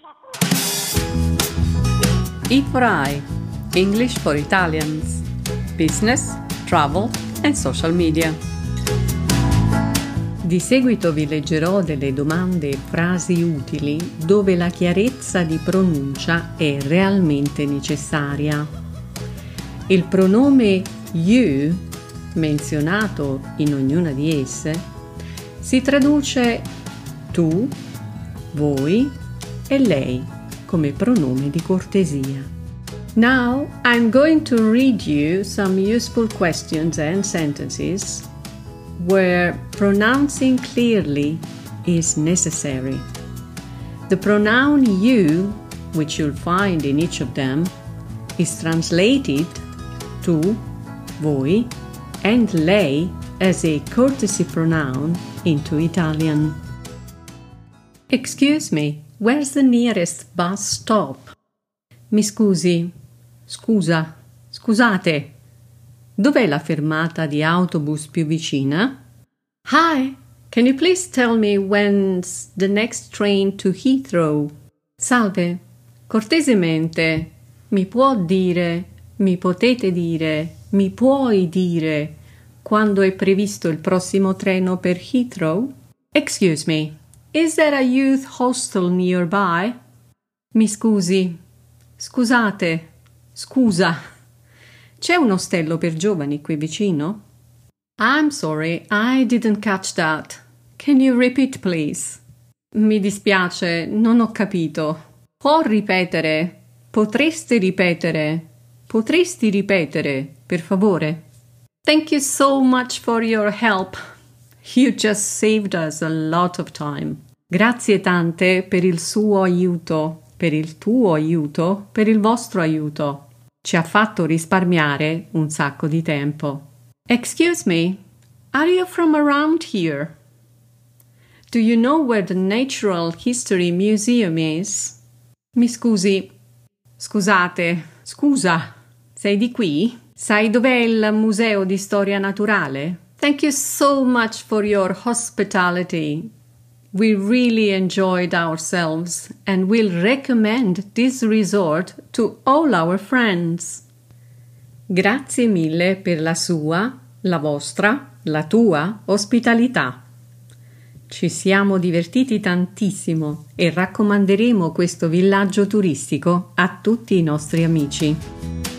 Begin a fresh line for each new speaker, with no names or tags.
E4I, English for Italians, Business, Travel and Social Media. Di seguito vi leggerò delle domande e frasi utili dove la chiarezza di pronuncia è realmente necessaria. Il pronome you, menzionato in ognuna di esse, si traduce tu, voi e lei come pronome di cortesia. Now I'm going to read you some useful questions and sentences where pronouncing clearly is necessary. The pronoun you, which you'll find in each of them, is translated tu, voi, and lei as a courtesy pronoun into Italian. Excuse me, where's the nearest bus stop? Mi scusi, scusa, scusate. Dov'è la fermata di autobus più vicina? Hi, can you please tell me when's the next train to Heathrow? Salve, cortesemente, mi può dire, mi potete dire, mi puoi dire quando è previsto il prossimo treno per Heathrow? Excuse me, is there a youth hostel nearby? Mi scusi, scusate, scusa. C'è un ostello per giovani qui vicino? I'm sorry, I didn't catch that. Can you repeat, please? Mi dispiace, non ho capito. Può ripetere? Potresti ripetere? Potresti ripetere, per favore? Thank you so much for your help. You just saved us a lot of time. Grazie tante per il suo aiuto, per il tuo aiuto, per il vostro aiuto. Ci ha fatto risparmiare un sacco di tempo. Excuse me, are you from around here? Do you know where the Natural History Museum is? Mi scusi, scusate, scusa, sei di qui? Sai dov'è il Museo di Storia Naturale? Thank you so much for your hospitality. We really enjoyed ourselves and will recommend this resort to all our friends. Grazie mille per la sua, la vostra, la tua ospitalità. Ci siamo divertiti tantissimo e raccomanderemo questo villaggio turistico a tutti i nostri amici.